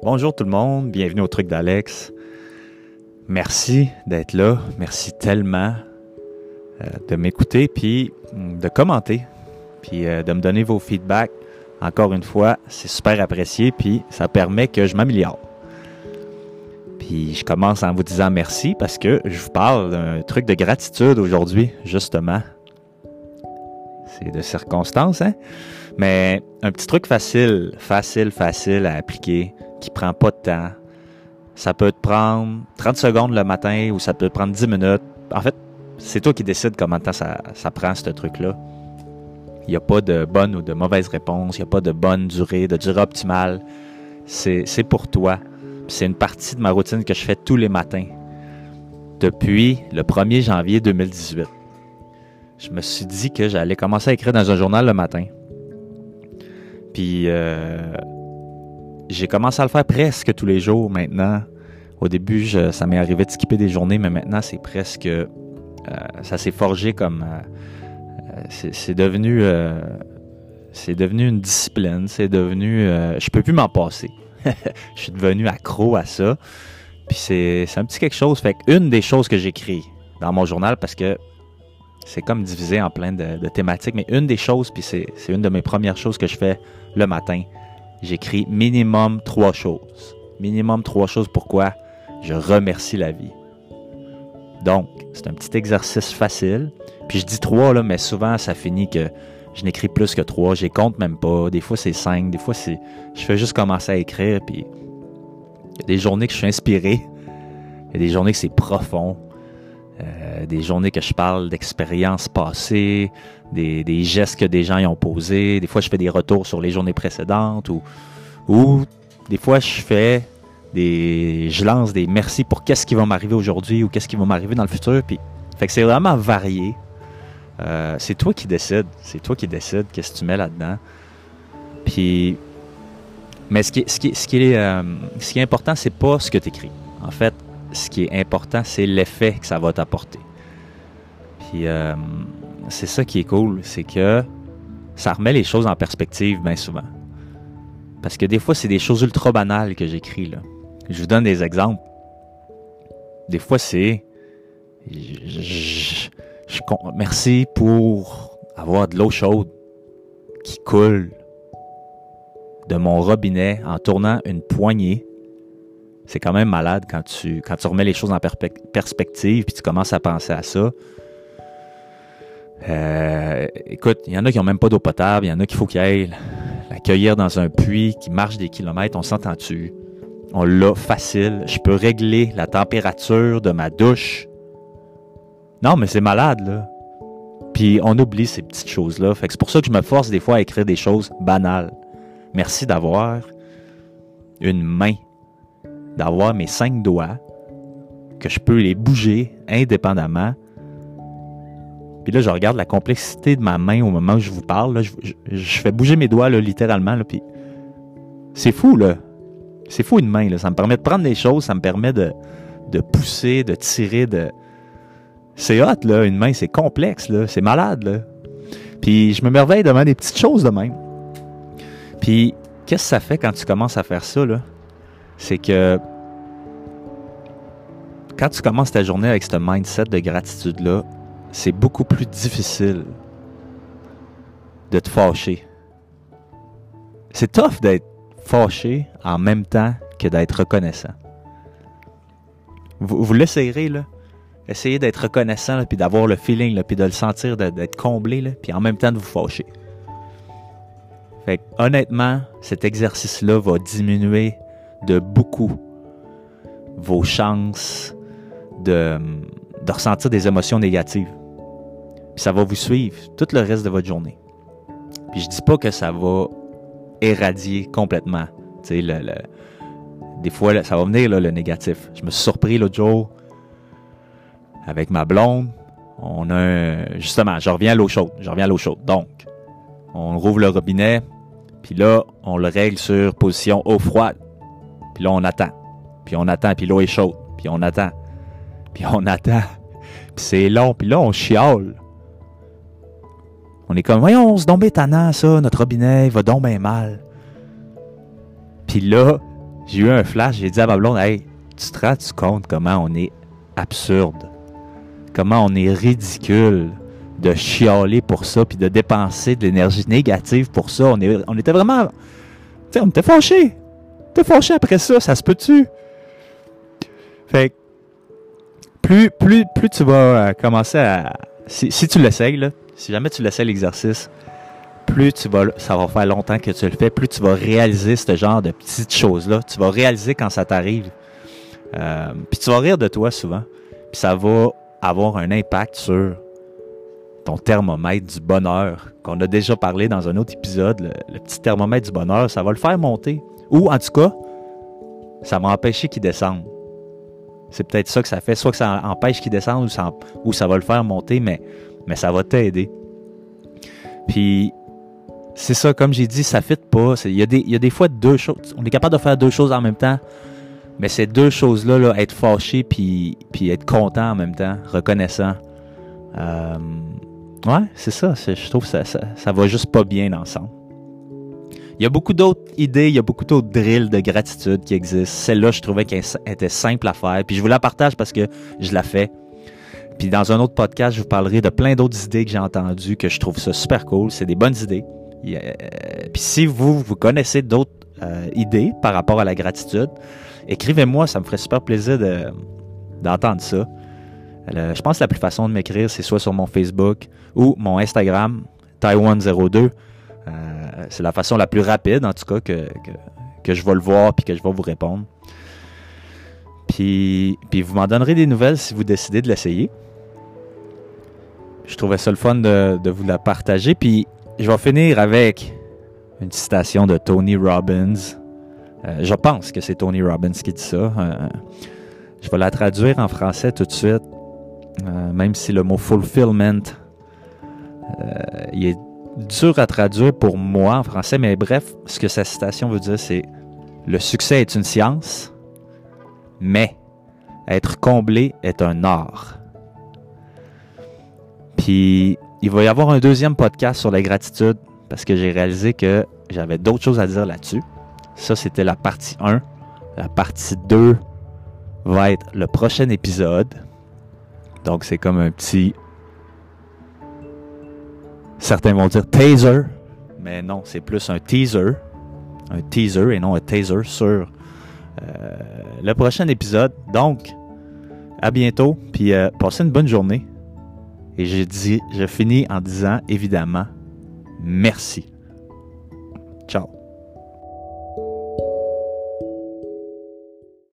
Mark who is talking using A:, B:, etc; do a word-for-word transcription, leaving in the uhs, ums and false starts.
A: Bonjour tout le monde, bienvenue au truc d'Alex. Merci d'être là, merci tellement euh, de m'écouter puis de commenter, puis euh, de me donner vos feedbacks. Encore une fois, c'est super apprécié puis ça permet que je m'améliore. Puis je commence en vous disant merci parce que je vous parle d'un truc de gratitude aujourd'hui, justement. C'est de circonstance, hein? Mais un petit truc facile, facile, facile à appliquer, qui prend pas de temps. Ça peut te prendre trente secondes le matin ou ça peut te prendre dix minutes. En fait, c'est toi qui décides combien de temps ça, ça prend, ce truc-là. Il n'y a pas de bonne ou de mauvaise réponse. Il n'y a pas de bonne durée, de durée optimale. C'est, c'est pour toi. C'est une partie de ma routine que je fais tous les matins depuis le premier janvier deux mille dix-huit. Je me suis dit que j'allais commencer à écrire dans un journal le matin. Puis, euh, j'ai commencé à le faire presque tous les jours maintenant. Au début, je, ça m'est arrivé de skipper des journées, mais maintenant, c'est presque... Euh, ça s'est forgé comme... Euh, c'est, c'est devenu... Euh, c'est devenu une discipline. C'est devenu... Euh, je peux plus m'en passer. Je suis devenu accro à ça. Puis c'est, c'est un petit quelque chose. Fait qu'une des choses que j'écris dans mon journal, parce que c'est comme divisé en plein de, de thématiques, mais une des choses, puis c'est, c'est une de mes premières choses que je fais le matin, j'écris minimum trois choses. Minimum trois choses. Pourquoi? Je remercie la vie. Donc, c'est un petit exercice facile. Puis je dis trois, là, mais souvent, ça finit que je n'écris plus que trois. Je les compte même pas. Des fois, c'est cinq. Des fois, c'est... je fais juste commencer à écrire. Puis il y a des journées que je suis inspiré. Il y a des journées que c'est profond. Euh, des journées que je parle d'expériences passées, des, des gestes que des gens y ont posés. Des fois, je fais des retours sur les journées précédentes ou, ou des fois, je fais des... je lance des merci pour qu'est-ce qui va m'arriver aujourd'hui ou qu'est-ce qui va m'arriver dans le futur. Puis, fait que c'est vraiment varié. Euh, c'est toi qui décides. C'est toi qui décides qu'est-ce que tu mets là-dedans. Puis, mais ce qui est, ce qui est, ce qui est, euh, ce qui est important, c'est pas ce que tu écris. En fait, ce qui est important, c'est l'effet que ça va t'apporter. Puis, euh, c'est ça qui est cool, c'est que ça remet les choses en perspective bien souvent. Parce que des fois, c'est des choses ultra banales que j'écris, là. Je vous donne des exemples. Des fois, c'est... Je, je, je, je, merci pour avoir de l'eau chaude qui coule de mon robinet en tournant une poignée. C'est quand même malade quand tu, quand tu remets les choses en perpe- perspective puis tu commences à penser à ça. Euh, écoute, il y en a qui n'ont même pas d'eau potable, il y en a qu'il faut qu'ils aillent la cueillir dans un puits qui marche des kilomètres, on s'entend dessus. On l'a facile. Je peux régler la température de ma douche. Non, mais c'est malade, là. Puis on oublie ces petites choses-là. Fait que c'est pour ça que je me force des fois à écrire des choses banales. Merci d'avoir une main, d'avoir mes cinq doigts, que je peux les bouger indépendamment. Puis là, je regarde la complexité de ma main au moment où je vous parle. Là, je, je, je fais bouger mes doigts, là, littéralement. Là, puis c'est fou, là. C'est fou, une main. Là. Ça me permet de prendre des choses, ça me permet de, de pousser, de tirer. de. C'est hot, là. Une main, c'est complexe, là. C'est malade, là. Puis je me merveille devant des petites choses de même. Puis, qu'est-ce que ça fait quand tu commences à faire ça, là? C'est que quand tu commences ta journée avec ce mindset de gratitude-là, c'est beaucoup plus difficile de te fâcher. C'est tough d'être fâché en même temps que d'être reconnaissant. Vous, vous l'essayerez, là. Essayez d'être reconnaissant, là, puis d'avoir le feeling, là, puis de le sentir, de, d'être comblé, là, puis en même temps de vous fâcher. Fait que, honnêtement, cet exercice-là va diminuer de beaucoup vos chances de, de ressentir des émotions négatives. Puis ça va vous suivre tout le reste de votre journée. Puis je dis pas que ça va éradier complètement. Tu sais, le, le, des fois, là, ça va venir, là, le négatif. Je me suis surpris l'autre jour avec ma blonde. On a un, justement, je reviens à l'eau chaude. Je reviens à l'eau chaude. Donc, on rouvre le robinet, puis là, on le règle sur position eau froide. Puis là, on attend. Puis on attend, puis l'eau est chaude. Puis on attend. Puis on attend. Puis c'est long. Puis là, on chiale. On est comme, voyons, c'est donc bien tannant, ça. Notre robinet, il va donc bien mal. Puis là, j'ai eu un flash, j'ai dit à ma blonde, « Hey, tu te rends compte comment on est absurde? Comment on est ridicule de chialer pour ça, puis de dépenser de l'énergie négative pour ça. On, est, on était vraiment... Tu sais, on était fâchés. On était fâchés après ça, ça se peut-tu? Fait que, plus, plus, plus tu vas commencer à... Si, si tu l'essayes, là, si jamais tu l'essayes l'exercice, plus tu vas, ça va faire longtemps que tu le fais, plus tu vas réaliser ce genre de petites choses-là. Tu vas réaliser quand ça t'arrive. Euh, puis tu vas rire de toi souvent. Puis ça va avoir un impact sur ton thermomètre du bonheur, qu'on a déjà parlé dans un autre épisode, le, le petit thermomètre du bonheur, ça va le faire monter. Ou, en tout cas, ça va empêcher qu'il descende. C'est peut-être ça que ça fait, soit que ça empêche qu'il descende ou ça, ou ça va le faire monter, mais, mais ça va t'aider. Puis, c'est ça, comme j'ai dit, ça ne fit pas. Il y, y a des fois deux choses. On est capable de faire deux choses en même temps, mais ces deux choses-là, là, être fâché puis, puis être content en même temps, reconnaissant. Euh, ouais, c'est ça. C'est, je trouve que ça, ça, ça va juste pas bien ensemble. Il y a beaucoup d'autres idées, il y a beaucoup d'autres drills de gratitude qui existent. Celle-là, je trouvais qu'elle était simple à faire. Puis je vous la partage parce que je la fais. Puis dans un autre podcast, je vous parlerai de plein d'autres idées que j'ai entendues, que je trouve ça super cool. C'est des bonnes idées. Euh, puis si vous, vous connaissez d'autres euh, idées par rapport à la gratitude, écrivez-moi, ça me ferait super plaisir de, d'entendre ça. Le, je pense que la plus facile de m'écrire, c'est soit sur mon Facebook ou mon Instagram, Taiwan zéro deux. Euh, c'est la façon la plus rapide, en tout cas, que, que, que je vais le voir puis que je vais vous répondre. Puis, puis vous m'en donnerez des nouvelles si vous décidez de l'essayer. Je trouvais ça le fun de, de vous la partager. Puis je vais finir avec une citation de Tony Robbins. Euh, je pense que c'est Tony Robbins qui dit ça. Euh, je vais la traduire en français tout de suite. Euh, même si le mot fulfillment euh, il est dur à traduire pour moi en français, mais bref, ce que sa citation veut dire, c'est « Le succès est une science, mais être comblé est un art. » Puis, il va y avoir un deuxième podcast sur la gratitude parce que j'ai réalisé que j'avais d'autres choses à dire là-dessus. Ça, c'était la partie un. La partie deux va être le prochain épisode. Donc, c'est comme un petit... Certains vont dire taser, mais non, c'est plus un teaser. Un teaser et non un taser sur euh, le prochain épisode. Donc, à bientôt, puis euh, passez une bonne journée. Et j'ai dit, je finis en disant, évidemment, merci. Ciao.